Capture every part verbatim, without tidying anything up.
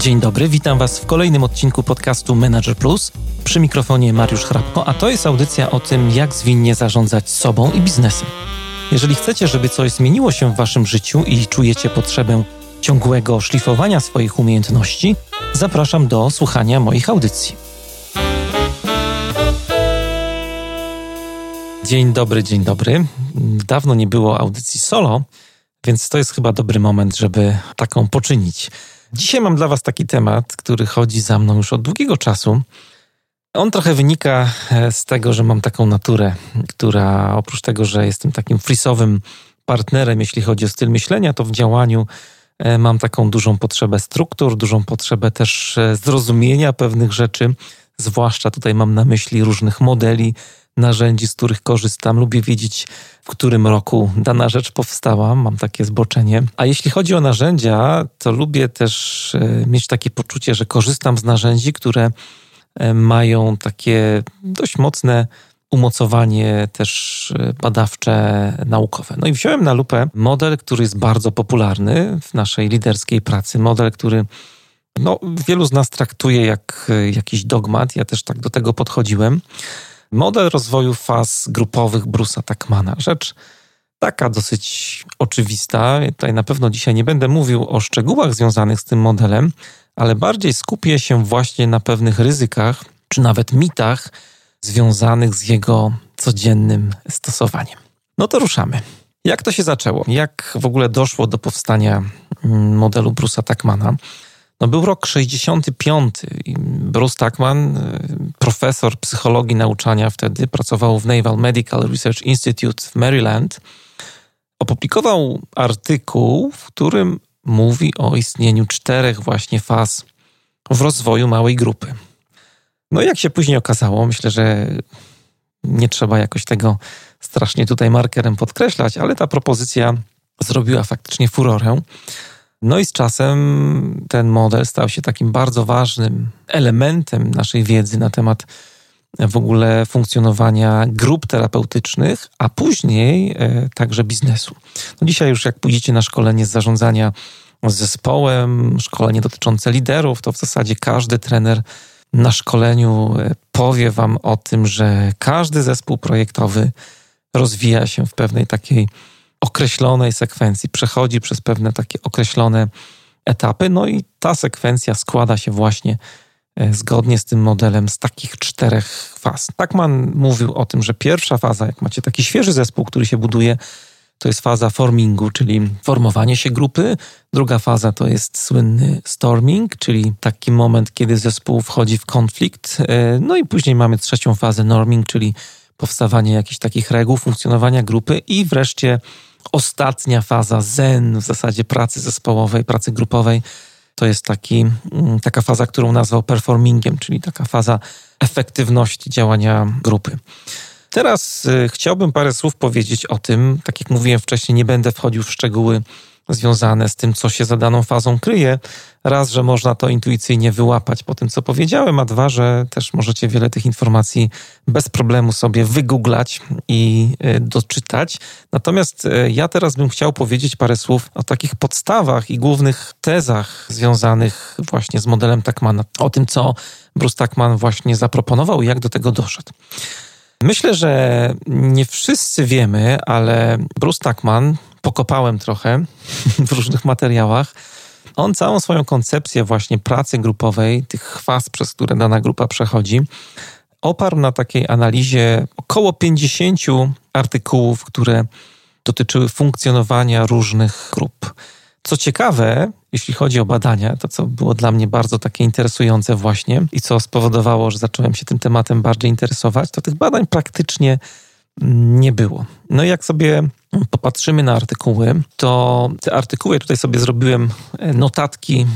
Dzień dobry, witam Was w kolejnym odcinku podcastu Manager Plus. Przy mikrofonie Mariusz Hrabko, a to jest audycja o tym, jak zwinnie zarządzać sobą i biznesem. Jeżeli chcecie, żeby coś zmieniło się w Waszym życiu i czujecie potrzebę ciągłego szlifowania swoich umiejętności, zapraszam do słuchania moich audycji. Dzień dobry, dzień dobry. Dawno nie było audycji solo, więc to jest chyba dobry moment, żeby taką poczynić. Dzisiaj mam dla Was taki temat, który chodzi za mną już od długiego czasu. On trochę wynika z tego, że mam taką naturę, która oprócz tego, że jestem takim freeze'owym partnerem, jeśli chodzi o styl myślenia, to w działaniu mam taką dużą potrzebę struktur, dużą potrzebę też zrozumienia pewnych rzeczy, zwłaszcza tutaj mam na myśli różnych modeli, narzędzi, z których korzystam. Lubię wiedzieć, w którym roku dana rzecz powstała. Mam takie zboczenie. A jeśli chodzi o narzędzia, to lubię też mieć takie poczucie, że korzystam z narzędzi, które mają takie dość mocne umocowanie też badawcze, naukowe. No i wziąłem na lupę model, który jest bardzo popularny w naszej liderskiej pracy. Model, który no, wielu z nas traktuje jak jakiś dogmat. Ja też tak do tego podchodziłem. Model rozwoju faz grupowych Bruce'a Tuckmana. Rzecz taka dosyć oczywista. Tutaj na pewno dzisiaj nie będę mówił o szczegółach związanych z tym modelem, ale bardziej skupię się właśnie na pewnych ryzykach, czy nawet mitach związanych z jego codziennym stosowaniem. No to ruszamy. Jak to się zaczęło? Jak w ogóle doszło do powstania modelu Bruce'a Tuckmana? No był rok sześćdziesiąty piąty i Bruce Tuckman, profesor psychologii nauczania wtedy, pracował w Naval Medical Research Institute w Maryland, opublikował artykuł, w którym mówi o istnieniu czterech właśnie faz w rozwoju małej grupy. No i jak się później okazało, myślę, że nie trzeba jakoś tego strasznie tutaj markerem podkreślać, ale ta propozycja zrobiła faktycznie furorę. No i z czasem ten model stał się takim bardzo ważnym elementem naszej wiedzy na temat w ogóle funkcjonowania grup terapeutycznych, a później e, także biznesu. No dzisiaj już jak pójdziecie na szkolenie z zarządzania zespołem, szkolenie dotyczące liderów, to w zasadzie każdy trener na szkoleniu powie Wam o tym, że każdy zespół projektowy rozwija się w pewnej takiej określonej sekwencji, przechodzi przez pewne takie określone etapy, no i ta sekwencja składa się właśnie zgodnie z tym modelem z takich czterech faz. Tuckman mówił o tym, że pierwsza faza, jak macie taki świeży zespół, który się buduje, to jest faza formingu, czyli formowanie się grupy. Druga faza to jest słynny storming, czyli taki moment, kiedy zespół wchodzi w konflikt. No i później mamy trzecią fazę norming, czyli powstawanie jakichś takich reguł funkcjonowania grupy i wreszcie ostatnia faza zen, w zasadzie pracy zespołowej, pracy grupowej. To jest taki, taka faza, którą nazwał performingiem, czyli taka faza efektywności działania grupy. Teraz y, chciałbym parę słów powiedzieć o tym. Tak jak mówiłem wcześniej, nie będę wchodził w szczegóły związane z tym, co się za daną fazą kryje. Raz, że można to intuicyjnie wyłapać po tym, co powiedziałem, a dwa, że też możecie wiele tych informacji bez problemu sobie wygooglać i y, doczytać. Natomiast y, ja teraz bym chciał powiedzieć parę słów o takich podstawach i głównych tezach związanych właśnie z modelem Tuckmana. O tym, co Bruce Tuckman właśnie zaproponował i jak do tego doszedł. Myślę, że nie wszyscy wiemy, ale Bruce Tuckman, pokopałem trochę w różnych materiałach, on całą swoją koncepcję właśnie pracy grupowej, tych faz, przez które dana grupa przechodzi, oparł na takiej analizie około pięćdziesięciu artykułów, które dotyczyły funkcjonowania różnych grup. Co ciekawe, jeśli chodzi o badania, to co było dla mnie bardzo takie interesujące właśnie i co spowodowało, że zacząłem się tym tematem bardziej interesować, to tych badań praktycznie nie było. No i jak sobie popatrzymy na artykuły, to te artykuły, tutaj sobie zrobiłem notatki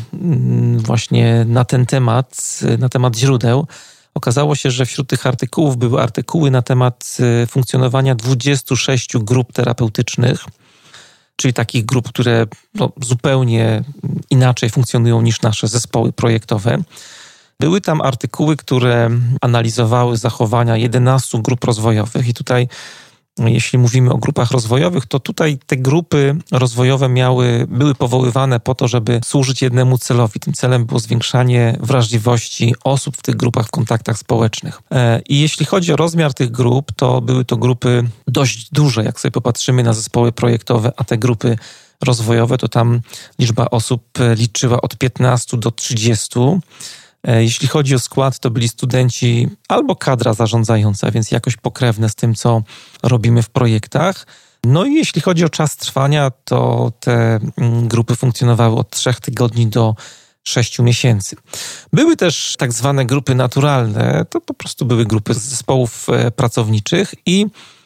właśnie na ten temat, na temat źródeł. Okazało się, że wśród tych artykułów były artykuły na temat funkcjonowania dwudziestu sześciu grup terapeutycznych, czyli takich grup, które no, zupełnie inaczej funkcjonują niż nasze zespoły projektowe. Były tam artykuły, które analizowały zachowania jedenastu grup rozwojowych i tutaj jeśli mówimy o grupach rozwojowych, to tutaj te grupy rozwojowe miały, były powoływane po to, żeby służyć jednemu celowi. Tym celem było zwiększanie wrażliwości osób w tych grupach w kontaktach społecznych. I jeśli chodzi o rozmiar tych grup, to były to grupy dość duże. Jak sobie popatrzymy na zespoły projektowe, a te grupy rozwojowe, to tam liczba osób liczyła od piętnastu do trzydziestu. Jeśli chodzi o skład, to byli studenci albo kadra zarządzająca, więc jakoś pokrewne z tym, co robimy w projektach. No i jeśli chodzi o czas trwania, to te grupy funkcjonowały od trzech tygodni do sześciu miesięcy. Były też tak zwane grupy naturalne, to po prostu były grupy z zespołów pracowniczych i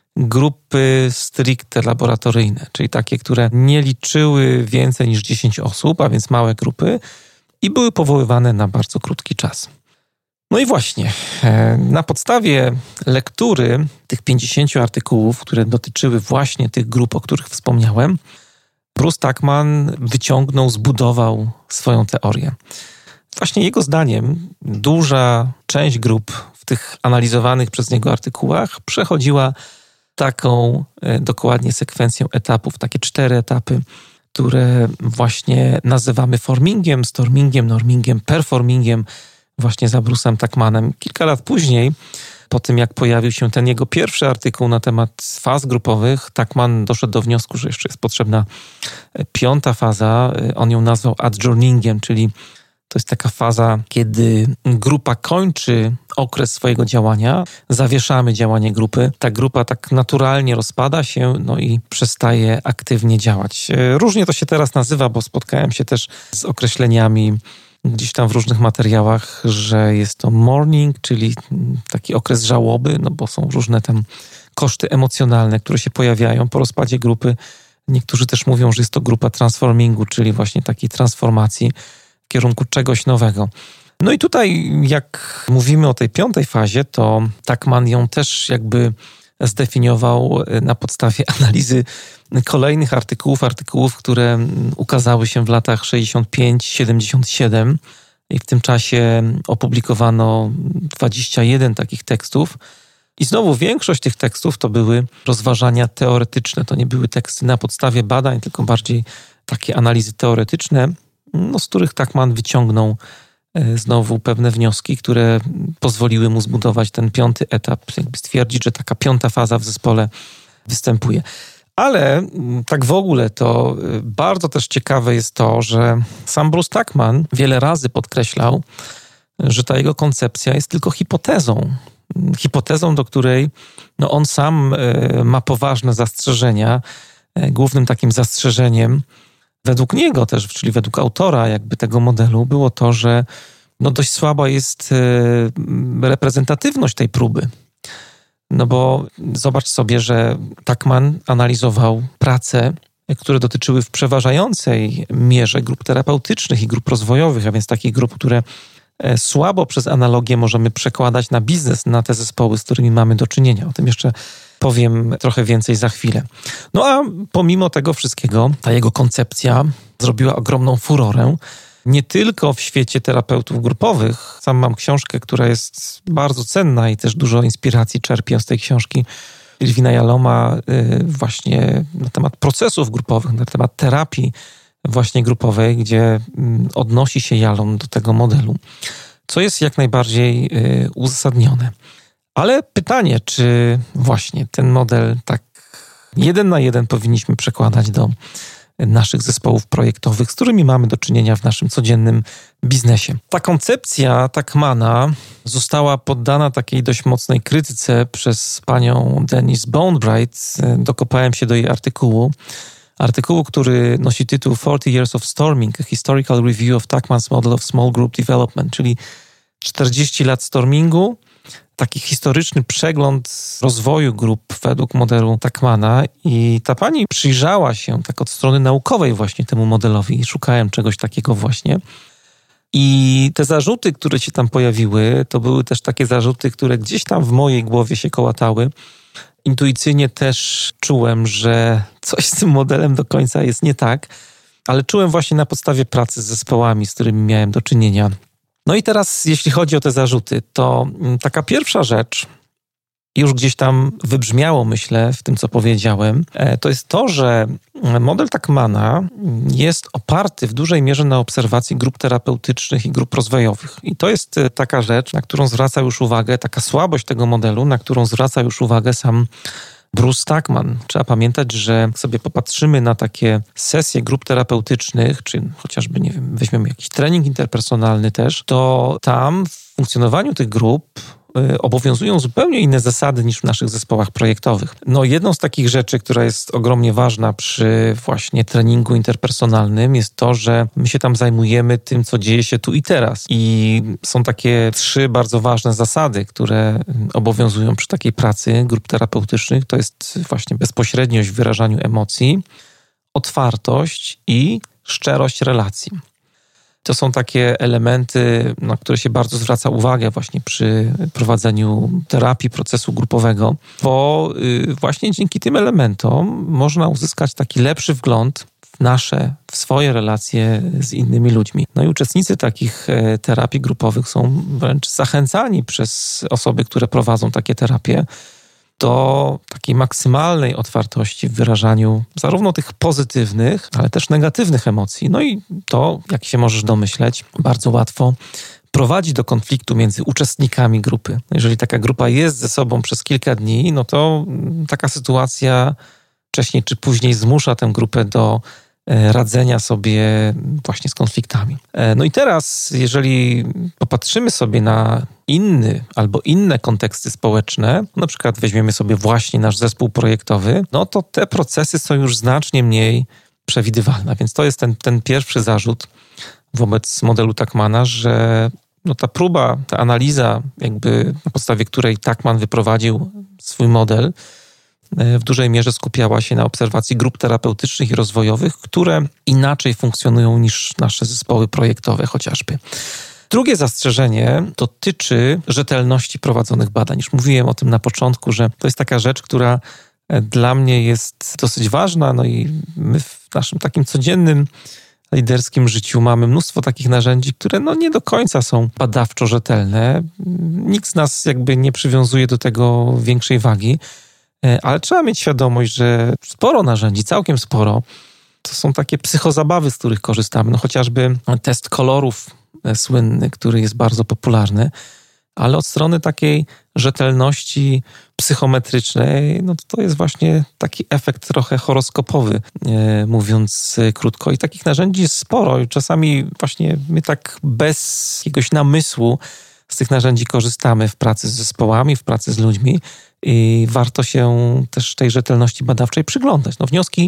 grupy stricte laboratoryjne, czyli takie, które nie liczyły więcej niż dziesięć osób, a więc małe grupy, i były powoływane na bardzo krótki czas. No i właśnie, na podstawie lektury tych pięćdziesięciu artykułów, które dotyczyły właśnie tych grup, o których wspomniałem, Bruce Tuckman wyciągnął, zbudował swoją teorię. Właśnie jego zdaniem duża część grup w tych analizowanych przez niego artykułach przechodziła taką dokładnie sekwencję etapów, takie cztery etapy, które właśnie nazywamy formingiem, stormingiem, normingiem, performingiem, właśnie za Bruce'em Tuckmanem. Kilka lat później, po tym jak pojawił się ten jego pierwszy artykuł na temat faz grupowych, Tuckman doszedł do wniosku, że jeszcze jest potrzebna piąta faza. On ją nazwał adjourningiem, czyli to jest taka faza, kiedy grupa kończy okres swojego działania, zawieszamy działanie grupy. Ta grupa tak naturalnie rozpada się, no i przestaje aktywnie działać. Różnie to się teraz nazywa, bo spotkałem się też z określeniami gdzieś tam w różnych materiałach, że jest to mourning, czyli taki okres żałoby, no bo są różne tam koszty emocjonalne, które się pojawiają po rozpadzie grupy. Niektórzy też mówią, że jest to grupa transformingu, czyli właśnie takiej transformacji w kierunku czegoś nowego. No i tutaj, jak mówimy o tej piątej fazie, to Tuckman ją też jakby zdefiniował na podstawie analizy kolejnych artykułów, artykułów, które ukazały się w latach sześćdziesiąt pięć siedemdziesiąt siedem i w tym czasie opublikowano dwadzieścia jeden takich tekstów. I znowu większość tych tekstów to były rozważania teoretyczne. To nie były teksty na podstawie badań, tylko bardziej takie analizy teoretyczne, no, z których Tuckman wyciągnął znowu pewne wnioski, które pozwoliły mu zbudować ten piąty etap, jakby stwierdzić, że taka piąta faza w zespole występuje. Ale tak w ogóle to bardzo też ciekawe jest to, że sam Bruce Tuckman wiele razy podkreślał, że ta jego koncepcja jest tylko hipotezą. Hipotezą, do której no on sam ma poważne zastrzeżenia. Głównym takim zastrzeżeniem według niego też, czyli według autora jakby tego modelu, było to, że no dość słaba jest reprezentatywność tej próby. No bo zobacz sobie, że Tuckman analizował prace, które dotyczyły w przeważającej mierze grup terapeutycznych i grup rozwojowych, a więc takich grup, które słabo przez analogię możemy przekładać na biznes, na te zespoły, z którymi mamy do czynienia. O tym jeszcze powiem trochę więcej za chwilę. No a pomimo tego wszystkiego, ta jego koncepcja zrobiła ogromną furorę. Nie tylko w świecie terapeutów grupowych. Sam mam książkę, która jest bardzo cenna i też dużo inspiracji czerpię z tej książki Irwina Yaloma właśnie na temat procesów grupowych, na temat terapii właśnie grupowej, gdzie odnosi się Yalom do tego modelu, co jest jak najbardziej uzasadnione. Ale pytanie, czy właśnie ten model tak jeden na jeden powinniśmy przekładać do naszych zespołów projektowych, z którymi mamy do czynienia w naszym codziennym biznesie. Ta koncepcja Tuckmana została poddana takiej dość mocnej krytyce przez panią Denise Bonebright. Dokopałem się do jej artykułu. Artykułu, który nosi tytuł forty years of Storming, a Historical Review of Tuckman's Model of Small Group Development, czyli czterdzieści lat stormingu, taki historyczny przegląd rozwoju grup według modelu Tuckmana. I ta pani przyjrzała się tak od strony naukowej właśnie temu modelowi. Szukałem czegoś takiego właśnie. I te zarzuty, które się tam pojawiły, to były też takie zarzuty, które gdzieś tam w mojej głowie się kołatały. Intuicyjnie też czułem, że coś z tym modelem do końca jest nie tak, ale czułem właśnie na podstawie pracy z zespołami, z którymi miałem do czynienia. No i teraz, jeśli chodzi o te zarzuty, to taka pierwsza rzecz, już gdzieś tam wybrzmiało, myślę, w tym, co powiedziałem, to jest to, że model Tuckmana jest oparty w dużej mierze na obserwacji grup terapeutycznych i grup rozwojowych. I to jest taka rzecz, na którą zwraca już uwagę, taka słabość tego modelu, na którą zwraca już uwagę sam Bruce Tuckman. Trzeba pamiętać, że jak sobie popatrzymy na takie sesje grup terapeutycznych, czy chociażby, nie wiem, weźmiemy jakiś trening interpersonalny też, to tam w funkcjonowaniu tych grup obowiązują zupełnie inne zasady niż w naszych zespołach projektowych. No jedną z takich rzeczy, która jest ogromnie ważna przy właśnie treningu interpersonalnym, jest to, że my się tam zajmujemy tym, co dzieje się tu i teraz. I są takie trzy bardzo ważne zasady, które obowiązują przy takiej pracy grup terapeutycznych. To jest właśnie bezpośredniość w wyrażaniu emocji, otwartość i szczerość relacji. To są takie elementy, na które się bardzo zwraca uwagę właśnie przy prowadzeniu terapii procesu grupowego, bo właśnie dzięki tym elementom można uzyskać taki lepszy wgląd w nasze, w swoje relacje z innymi ludźmi. No i uczestnicy takich terapii grupowych są wręcz zachęcani przez osoby, które prowadzą takie terapie, do takiej maksymalnej otwartości w wyrażaniu zarówno tych pozytywnych, ale też negatywnych emocji. No i to, jak się możesz domyśleć, bardzo łatwo prowadzi do konfliktu między uczestnikami grupy. Jeżeli taka grupa jest ze sobą przez kilka dni, no to taka sytuacja wcześniej czy później zmusza tę grupę do radzenia sobie właśnie z konfliktami. No i teraz, jeżeli popatrzymy sobie na inny albo inne konteksty społeczne, na przykład weźmiemy sobie właśnie nasz zespół projektowy, no to te procesy są już znacznie mniej przewidywalne. Więc to jest ten, ten pierwszy zarzut wobec modelu Tuckmana, że no ta próba, ta analiza, jakby na podstawie której Tuckman wyprowadził swój model, w dużej mierze skupiała się na obserwacji grup terapeutycznych i rozwojowych, które inaczej funkcjonują niż nasze zespoły projektowe chociażby. Drugie zastrzeżenie dotyczy rzetelności prowadzonych badań. Już mówiłem o tym na początku, że to jest taka rzecz, która dla mnie jest dosyć ważna, no i my w naszym takim codziennym liderskim życiu mamy mnóstwo takich narzędzi, które no nie do końca są badawczo rzetelne. Nikt z nas jakby nie przywiązuje do tego większej wagi, ale trzeba mieć świadomość, że sporo narzędzi, całkiem sporo, to są takie psychozabawy, z których korzystamy. No chociażby test kolorów słynny, który jest bardzo popularny, ale od strony takiej rzetelności psychometrycznej, no to, to jest właśnie taki efekt trochę horoskopowy, e, mówiąc krótko. I takich narzędzi jest sporo i czasami właśnie my tak bez jakiegoś namysłu z tych narzędzi korzystamy w pracy z zespołami, w pracy z ludźmi i warto się też tej rzetelności badawczej przyglądać. No, wnioski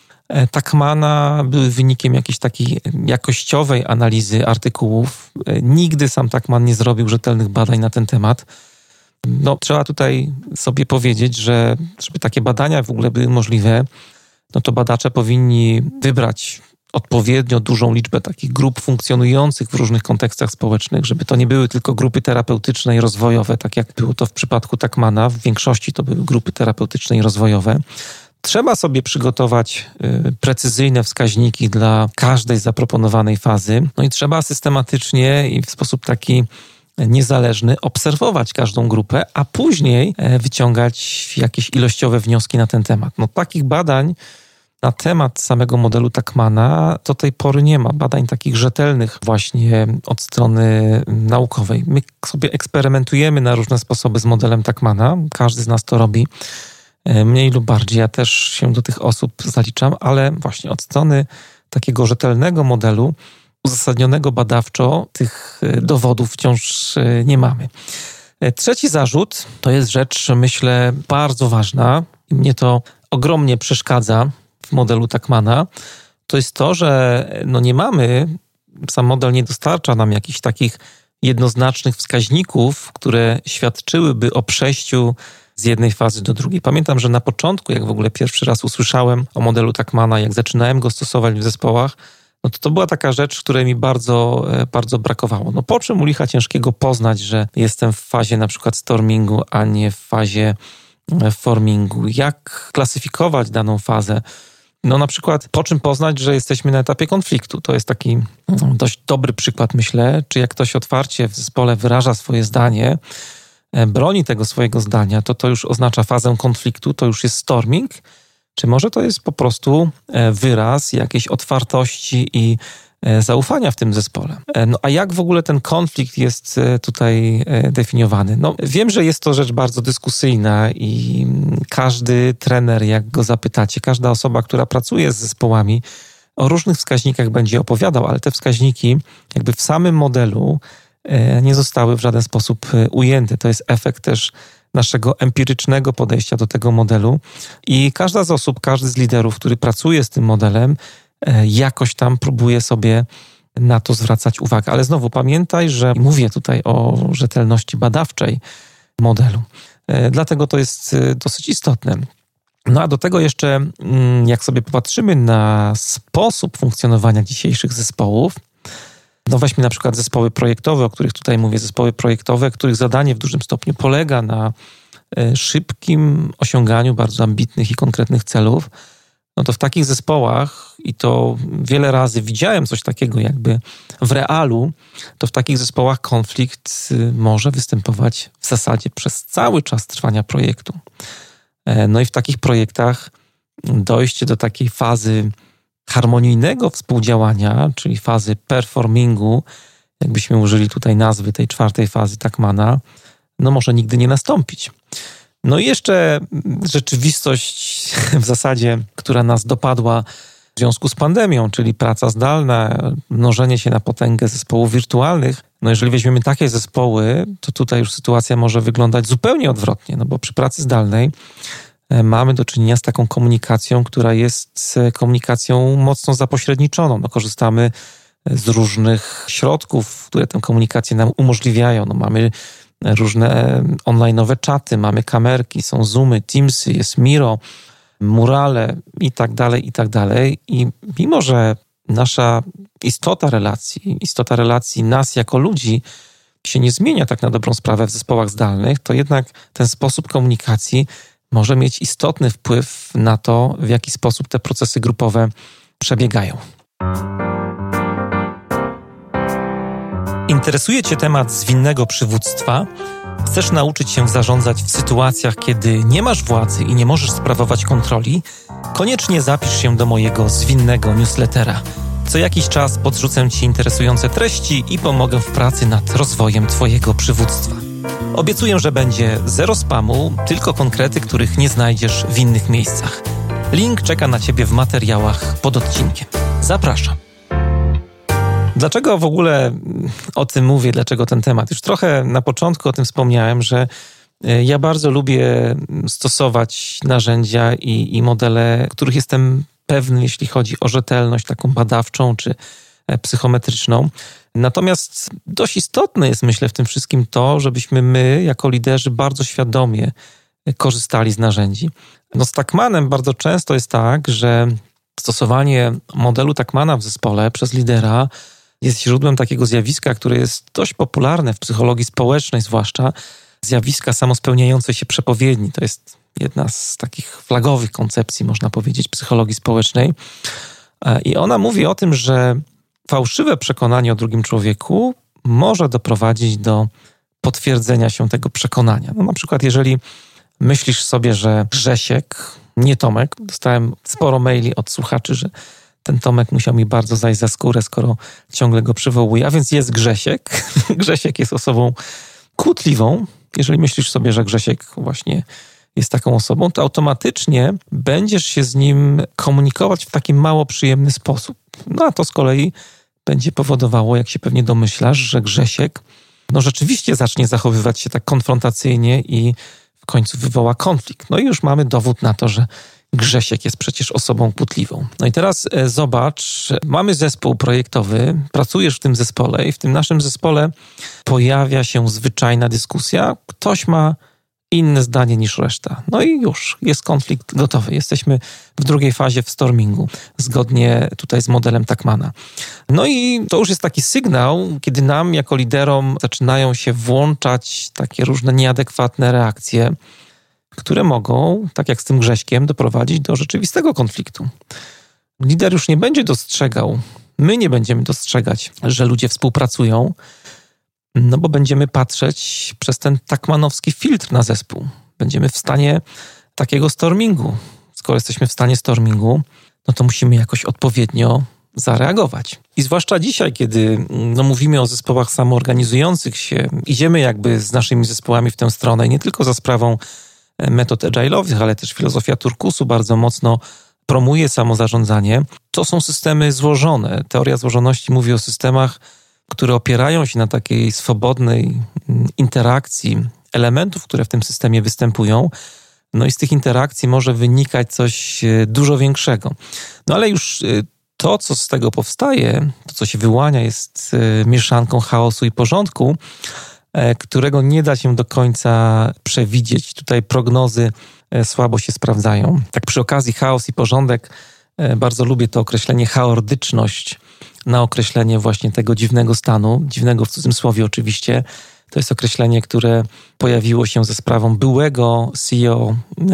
Tuckmana były wynikiem jakiejś takiej jakościowej analizy artykułów. Nigdy sam Tuckman nie zrobił rzetelnych badań na ten temat. No, trzeba tutaj sobie powiedzieć, że żeby takie badania w ogóle były możliwe, no to badacze powinni wybrać odpowiednio dużą liczbę takich grup funkcjonujących w różnych kontekstach społecznych, żeby to nie były tylko grupy terapeutyczne i rozwojowe, tak jak było to w przypadku Tuckmana. W większości to były grupy terapeutyczne i rozwojowe. Trzeba sobie przygotować precyzyjne wskaźniki dla każdej zaproponowanej fazy. No i trzeba systematycznie i w sposób taki niezależny obserwować każdą grupę, a później wyciągać jakieś ilościowe wnioski na ten temat. No takich badań na temat samego modelu Tuckmana do tej pory nie ma. Badań takich rzetelnych właśnie od strony naukowej. My sobie eksperymentujemy na różne sposoby z modelem Tuckmana. Każdy z nas to robi. Mniej lub bardziej. Ja też się do tych osób zaliczam, ale właśnie od strony takiego rzetelnego modelu, uzasadnionego badawczo, tych dowodów wciąż nie mamy. Trzeci zarzut to jest rzecz, myślę, bardzo ważna i mnie to ogromnie przeszkadza w modelu Tuckmana. To jest to, że no nie mamy, sam model nie dostarcza nam jakichś takich jednoznacznych wskaźników, które świadczyłyby o przejściu z jednej fazy do drugiej. Pamiętam, że na początku, jak w ogóle pierwszy raz usłyszałem o modelu Tuckmana, jak zaczynałem go stosować w zespołach, no to to była taka rzecz, której mi bardzo, bardzo brakowało. No po czym u licha ciężkiego poznać, że jestem w fazie na przykład stormingu, a nie w fazie formingu? Jak klasyfikować daną fazę? No na przykład po czym poznać, że jesteśmy na etapie konfliktu? To jest taki dość dobry przykład, myślę, czy jak ktoś otwarcie w zespole wyraża swoje zdanie, broni tego swojego zdania, to to już oznacza fazę konfliktu, to już jest storming, czy może to jest po prostu wyraz jakiejś otwartości i zaufania w tym zespole. No a jak w ogóle ten konflikt jest tutaj definiowany? No wiem, że jest to rzecz bardzo dyskusyjna i każdy trener, jak go zapytacie, każda osoba, która pracuje z zespołami, o różnych wskaźnikach będzie opowiadał, ale te wskaźniki jakby w samym modelu nie zostały w żaden sposób ujęte. To jest efekt też naszego empirycznego podejścia do tego modelu i każda z osób, każdy z liderów, który pracuje z tym modelem, jakoś tam próbuje sobie na to zwracać uwagę. Ale znowu pamiętaj, że mówię tutaj o rzetelności badawczej modelu. Dlatego to jest dosyć istotne. No a do tego jeszcze, jak sobie popatrzymy na sposób funkcjonowania dzisiejszych zespołów, no weźmy na przykład zespoły projektowe, o których tutaj mówię, zespoły projektowe, których zadanie w dużym stopniu polega na szybkim osiąganiu bardzo ambitnych i konkretnych celów, no to w takich zespołach, i to wiele razy widziałem coś takiego jakby w realu, to w takich zespołach konflikt może występować w zasadzie przez cały czas trwania projektu. No i w takich projektach dojście do takiej fazy harmonijnego współdziałania, czyli fazy performingu, jakbyśmy użyli tutaj nazwy tej czwartej fazy Tuckmana, no może nigdy nie nastąpić. No i jeszcze rzeczywistość w zasadzie, która nas dopadła w związku z pandemią, czyli praca zdalna, mnożenie się na potęgę zespołów wirtualnych. No jeżeli weźmiemy takie zespoły, to tutaj już sytuacja może wyglądać zupełnie odwrotnie, no bo przy pracy zdalnej mamy do czynienia z taką komunikacją, która jest komunikacją mocno zapośredniczoną. No korzystamy z różnych środków, które tę komunikację nam umożliwiają. No mamy różne online'owe czaty, mamy kamerki, są Zoomy, Teamsy, jest Miro, Murale i tak dalej, i tak dalej. I mimo, że nasza istota relacji, istota relacji nas jako ludzi się nie zmienia tak na dobrą sprawę w zespołach zdalnych, to jednak ten sposób komunikacji może mieć istotny wpływ na to, w jaki sposób te procesy grupowe przebiegają. Interesuje Cię temat zwinnego przywództwa? Chcesz nauczyć się zarządzać w sytuacjach, kiedy nie masz władzy i nie możesz sprawować kontroli? Koniecznie zapisz się do mojego zwinnego newslettera. Co jakiś czas podrzucę Ci interesujące treści i pomogę w pracy nad rozwojem Twojego przywództwa. Obiecuję, że będzie zero spamu, tylko konkrety, których nie znajdziesz w innych miejscach. Link czeka na Ciebie w materiałach pod odcinkiem. Zapraszam. Dlaczego w ogóle o tym mówię, dlaczego ten temat? Już trochę na początku o tym wspomniałem, że ja bardzo lubię stosować narzędzia i, i modele, których jestem pewny, jeśli chodzi o rzetelność taką badawczą czy psychometryczną. Natomiast dość istotne jest, myślę, w tym wszystkim to, żebyśmy my, jako liderzy, bardzo świadomie korzystali z narzędzi. No z Tuckmanem bardzo często jest tak, że stosowanie modelu Tuckmana w zespole przez lidera jest źródłem takiego zjawiska, które jest dość popularne w psychologii społecznej, zwłaszcza zjawiska samospełniającej się przepowiedni. To jest jedna z takich flagowych koncepcji, można powiedzieć, psychologii społecznej. I ona mówi o tym, że fałszywe przekonanie o drugim człowieku może doprowadzić do potwierdzenia się tego przekonania. No na przykład, jeżeli myślisz sobie, że Grzesiek, nie Tomek, dostałem sporo maili od słuchaczy, że ten Tomek musiał mi bardzo zajść za skórę, skoro ciągle go przywołuje, a więc jest Grzesiek. Grzesiek jest osobą kłótliwą. Jeżeli myślisz sobie, że Grzesiek właśnie jest taką osobą, to automatycznie będziesz się z nim komunikować w taki mało przyjemny sposób. No a to z kolei będzie powodowało, jak się pewnie domyślasz, że Grzesiek no rzeczywiście zacznie zachowywać się tak konfrontacyjnie i w końcu wywoła konflikt. No i już mamy dowód na to, że Grzesiek jest przecież osobą kłótliwą. No i teraz e, zobacz, mamy zespół projektowy, pracujesz w tym zespole i w tym naszym zespole pojawia się zwyczajna dyskusja. Ktoś ma inne zdanie niż reszta. No i już jest konflikt gotowy. Jesteśmy w drugiej fazie w stormingu, zgodnie tutaj z modelem Tuckmana. No i to już jest taki sygnał, kiedy nam jako liderom zaczynają się włączać takie różne nieadekwatne reakcje, które mogą, tak jak z tym Grześkiem, doprowadzić do rzeczywistego konfliktu. Lider już nie będzie dostrzegał, my nie będziemy dostrzegać, że ludzie współpracują, No bo będziemy patrzeć przez ten takmanowski filtr na zespół. Będziemy w stanie takiego stormingu. Skoro jesteśmy w stanie stormingu, no to musimy jakoś odpowiednio zareagować. I zwłaszcza dzisiaj, kiedy no, mówimy o zespołach samoorganizujących się, idziemy jakby z naszymi zespołami w tę stronę, nie tylko za sprawą metod agile'owych, ale też filozofia turkusu bardzo mocno promuje samozarządzanie. To są systemy złożone. Teoria złożoności mówi o systemach, które opierają się na takiej swobodnej interakcji elementów, które w tym systemie występują. No i z tych interakcji może wynikać coś dużo większego. No ale już to, co z tego powstaje, to, co się wyłania, jest mieszanką chaosu i porządku, którego nie da się do końca przewidzieć. Tutaj prognozy słabo się sprawdzają. Tak przy okazji chaos i porządek, bardzo lubię to określenie chaordyczność na określenie właśnie tego dziwnego stanu, dziwnego w cudzysłowie oczywiście. To jest określenie, które pojawiło się ze sprawą byłego C E O yy,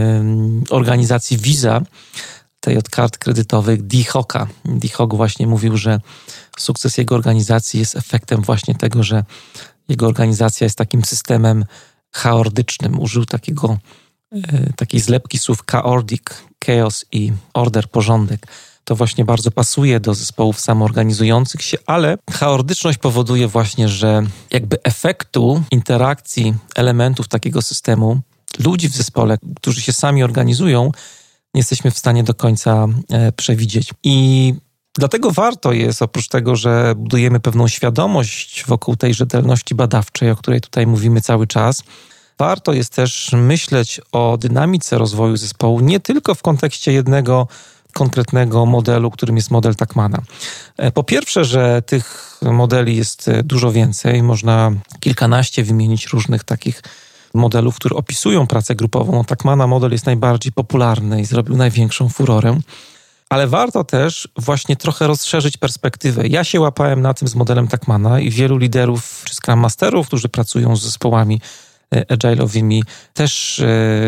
organizacji Visa, tej od kart kredytowych, Dee Hocka. Dee Hock właśnie mówił, że sukces jego organizacji jest efektem właśnie tego, że jego organizacja jest takim systemem chaordycznym. Użył takiego, yy, takiej zlepki słów chaotic, chaos i order, porządek. To właśnie bardzo pasuje do zespołów samoorganizujących się, ale chaotyczność powoduje właśnie, że jakby efektu interakcji elementów takiego systemu, ludzi w zespole, którzy się sami organizują, nie jesteśmy w stanie do końca e, przewidzieć. I dlatego warto jest, oprócz tego, że budujemy pewną świadomość wokół tej rzetelności badawczej, o której tutaj mówimy cały czas, warto jest też myśleć o dynamice rozwoju zespołu, nie tylko w kontekście jednego konkretnego modelu, którym jest model Tuckmana. Po pierwsze, że tych modeli jest dużo więcej. Można kilkanaście wymienić różnych takich modelów, które opisują pracę grupową. Tuckmana model jest najbardziej popularny i zrobił największą furorę. Ale warto też właśnie trochę rozszerzyć perspektywę. Ja się łapałem na tym z modelem Tuckmana i wielu liderów czy Scrum Masterów, którzy pracują z zespołami agile'owymi, też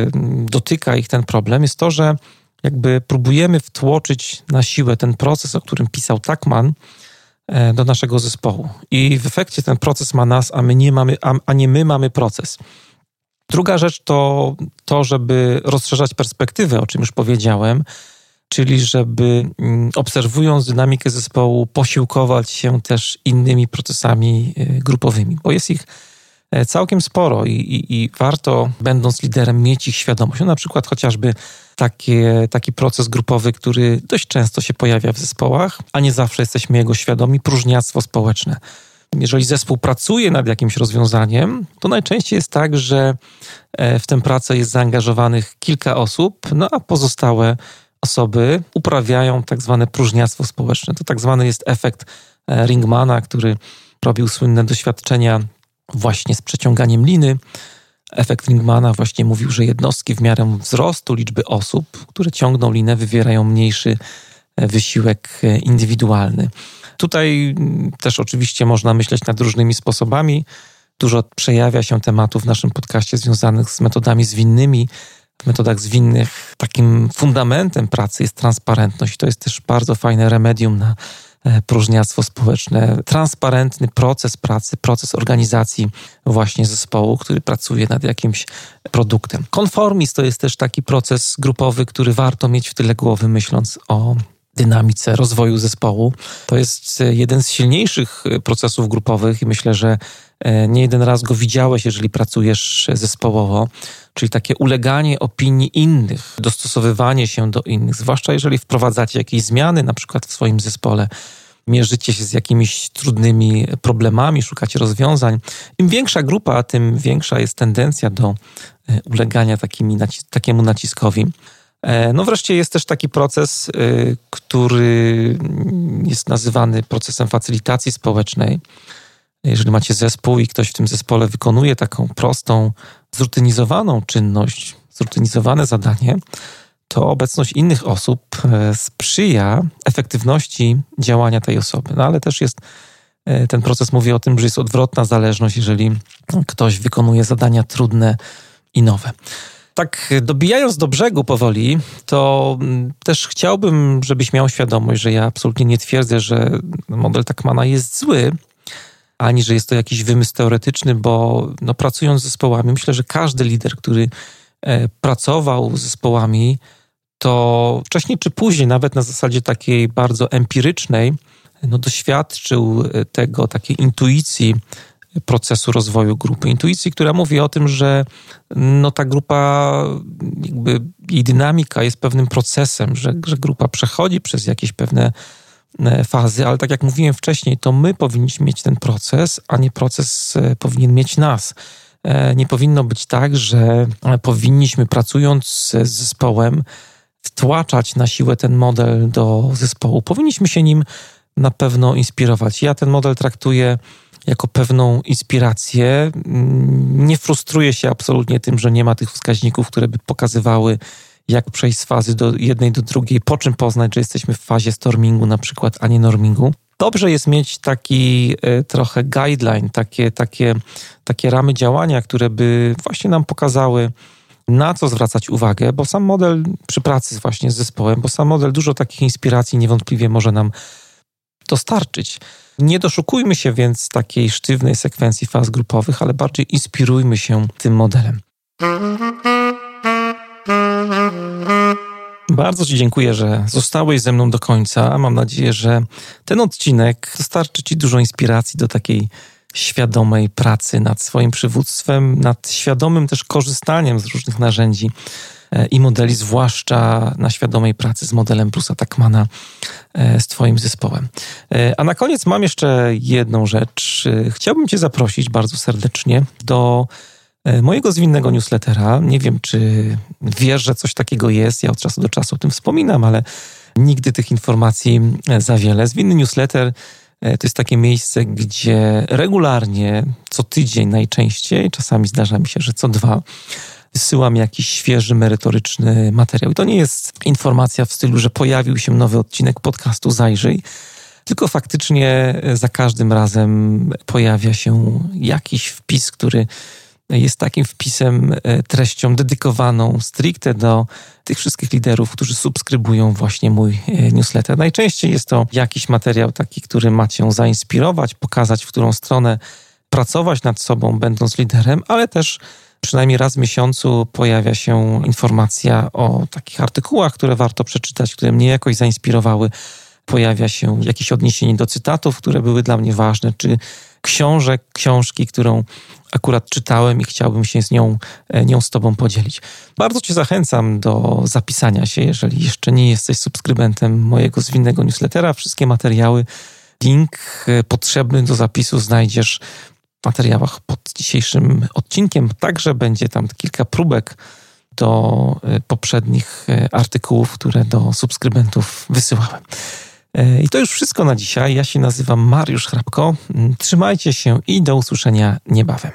dotyka ich ten problem. Jest to, że jakby próbujemy wtłoczyć na siłę ten proces, o którym pisał Tuckman, do naszego zespołu. I w efekcie ten proces ma nas, a my nie mamy, a, a nie my mamy proces. Druga rzecz to to, żeby rozszerzać perspektywę, o czym już powiedziałem, czyli żeby obserwując dynamikę zespołu, posiłkować się też innymi procesami grupowymi, bo jest ich całkiem sporo i, i, i warto, będąc liderem, mieć ich świadomość. No, na przykład chociażby takie, taki proces grupowy, który dość często się pojawia w zespołach, a nie zawsze jesteśmy jego świadomi, próżniactwo społeczne. Jeżeli zespół pracuje nad jakimś rozwiązaniem, to najczęściej jest tak, że w tę pracę jest zaangażowanych kilka osób, no a pozostałe osoby uprawiają tak zwane próżniactwo społeczne. To tak zwany jest efekt Ringmana, który robił słynne doświadczenia właśnie z przeciąganiem liny. Efekt Ringmana właśnie mówił, że jednostki w miarę wzrostu liczby osób, które ciągną linę, wywierają mniejszy wysiłek indywidualny. Tutaj też oczywiście można myśleć nad różnymi sposobami. Dużo przejawia się tematów w naszym podcaście związanych z metodami zwinnymi. W metodach zwinnych takim fundamentem pracy jest transparentność. To jest też bardzo fajne remedium na próżniactwo społeczne. Transparentny proces pracy, proces organizacji właśnie zespołu, który pracuje nad jakimś produktem. Konformizm to jest też taki proces grupowy, który warto mieć w tyle głowy, myśląc o dynamice rozwoju zespołu. To jest jeden z silniejszych procesów grupowych i myślę, że nie jeden raz go widziałeś, jeżeli pracujesz zespołowo, czyli takie uleganie opinii innych, dostosowywanie się do innych, zwłaszcza jeżeli wprowadzacie jakieś zmiany, na przykład w swoim zespole, mierzycie się z jakimiś trudnymi problemami, szukacie rozwiązań. Im większa grupa, tym większa jest tendencja do ulegania takimi, takiemu naciskowi. No wreszcie jest też taki proces, który jest nazywany procesem facylitacji społecznej. Jeżeli macie zespół i ktoś w tym zespole wykonuje taką prostą, zrutynizowaną czynność, zrutynizowane zadanie, to obecność innych osób sprzyja efektywności działania tej osoby. No ale też jest, ten proces mówi o tym, że jest odwrotna zależność, jeżeli ktoś wykonuje zadania trudne i nowe. Tak dobijając do brzegu powoli, to też chciałbym, żebyś miał świadomość, że ja absolutnie nie twierdzę, że model Tuckmana jest zły, ani że jest to jakiś wymysł teoretyczny, bo no, pracując z zespołami, myślę, że każdy lider, który e, pracował z zespołami, to wcześniej czy później, nawet na zasadzie takiej bardzo empirycznej, no, doświadczył tego, takiej intuicji procesu rozwoju grupy. Intuicji, która mówi o tym, że no, ta grupa, jakby jej dynamika jest pewnym procesem, że, że grupa przechodzi przez jakieś pewne fazy, ale tak jak mówiłem wcześniej, to my powinniśmy mieć ten proces, a nie proces powinien mieć nas. Nie powinno być tak, że powinniśmy, pracując z zespołem, wtłaczać na siłę ten model do zespołu. Powinniśmy się nim na pewno inspirować. Ja ten model traktuję jako pewną inspirację. Nie frustruję się absolutnie tym, że nie ma tych wskaźników, które by pokazywały, jak przejść z fazy do jednej do drugiej, po czym poznać, że jesteśmy w fazie stormingu na przykład, a nie normingu. Dobrze jest mieć taki y, trochę guideline, takie, takie, takie ramy działania, które by właśnie nam pokazały, na co zwracać uwagę, bo sam model przy pracy właśnie z zespołem, bo sam model dużo takich inspiracji niewątpliwie może nam dostarczyć. Nie doszukujmy się więc takiej sztywnej sekwencji faz grupowych, ale bardziej inspirujmy się tym modelem. Bardzo Ci dziękuję, że zostałeś ze mną do końca. Mam nadzieję, że ten odcinek dostarczy Ci dużo inspiracji do takiej świadomej pracy nad swoim przywództwem, nad świadomym też korzystaniem z różnych narzędzi i modeli, zwłaszcza na świadomej pracy z modelem Bruce'a Tuckmana z Twoim zespołem. A na koniec mam jeszcze jedną rzecz. Chciałbym Cię zaprosić bardzo serdecznie do mojego zwinnego newslettera. Nie wiem, czy wiesz, że coś takiego jest. Ja od czasu do czasu o tym wspominam, ale nigdy tych informacji za wiele. Zwinny newsletter to jest takie miejsce, gdzie regularnie, co tydzień najczęściej, czasami zdarza mi się, że co dwa, wysyłam jakiś świeży, merytoryczny materiał. I to nie jest informacja w stylu, że pojawił się nowy odcinek podcastu, zajrzyj, tylko faktycznie za każdym razem pojawia się jakiś wpis, który jest takim wpisem, treścią dedykowaną stricte do tych wszystkich liderów, którzy subskrybują właśnie mój newsletter. Najczęściej jest to jakiś materiał taki, który ma Cię zainspirować, pokazać, w którą stronę pracować nad sobą, będąc liderem, ale też przynajmniej raz w miesiącu pojawia się informacja o takich artykułach, które warto przeczytać, które mnie jakoś zainspirowały. Pojawia się jakieś odniesienie do cytatów, które były dla mnie ważne, czy książek, książki, którą akurat czytałem i chciałbym się z nią, nią z Tobą podzielić. Bardzo Cię zachęcam do zapisania się, jeżeli jeszcze nie jesteś subskrybentem mojego zwinnego newslettera. Wszystkie materiały, link potrzebny do zapisu znajdziesz w materiałach pod dzisiejszym odcinkiem. Także będzie tam kilka próbek do poprzednich artykułów, które do subskrybentów wysyłałem. I to już wszystko na dzisiaj. Ja się nazywam Mariusz Hrabko. Trzymajcie się i do usłyszenia niebawem.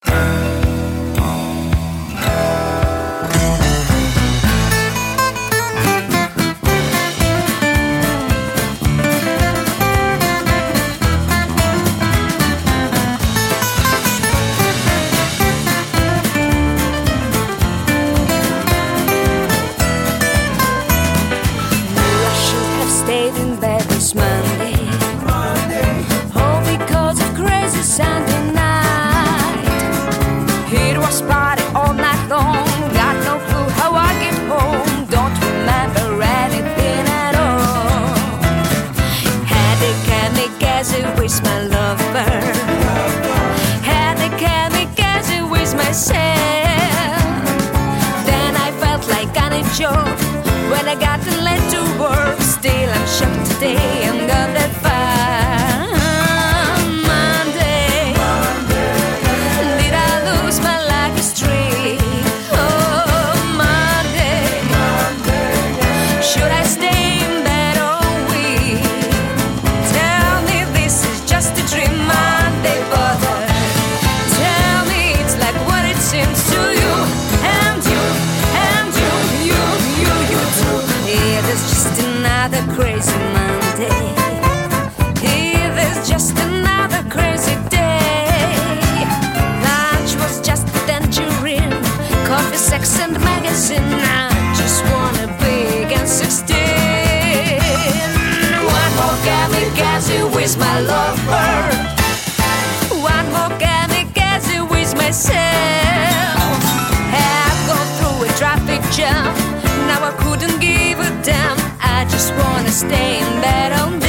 When I got to let to work, still I'm shocked today. I'm gonna find Monday. Monday. Did I lose my lucky streak? Oh, Monday. Monday. Should I stay in bed all week? Tell me this is just a dream, Monday, but tell me it's like what it seems to you and you and you, you, you, you too. Yeah, there's just another crazy Monday. Yeah, there's just another crazy day. Lunch was just a tangerine, coffee, sex and magazine. I just want a big and sixteen. One more kamikaze with my lover. stay in bed all night?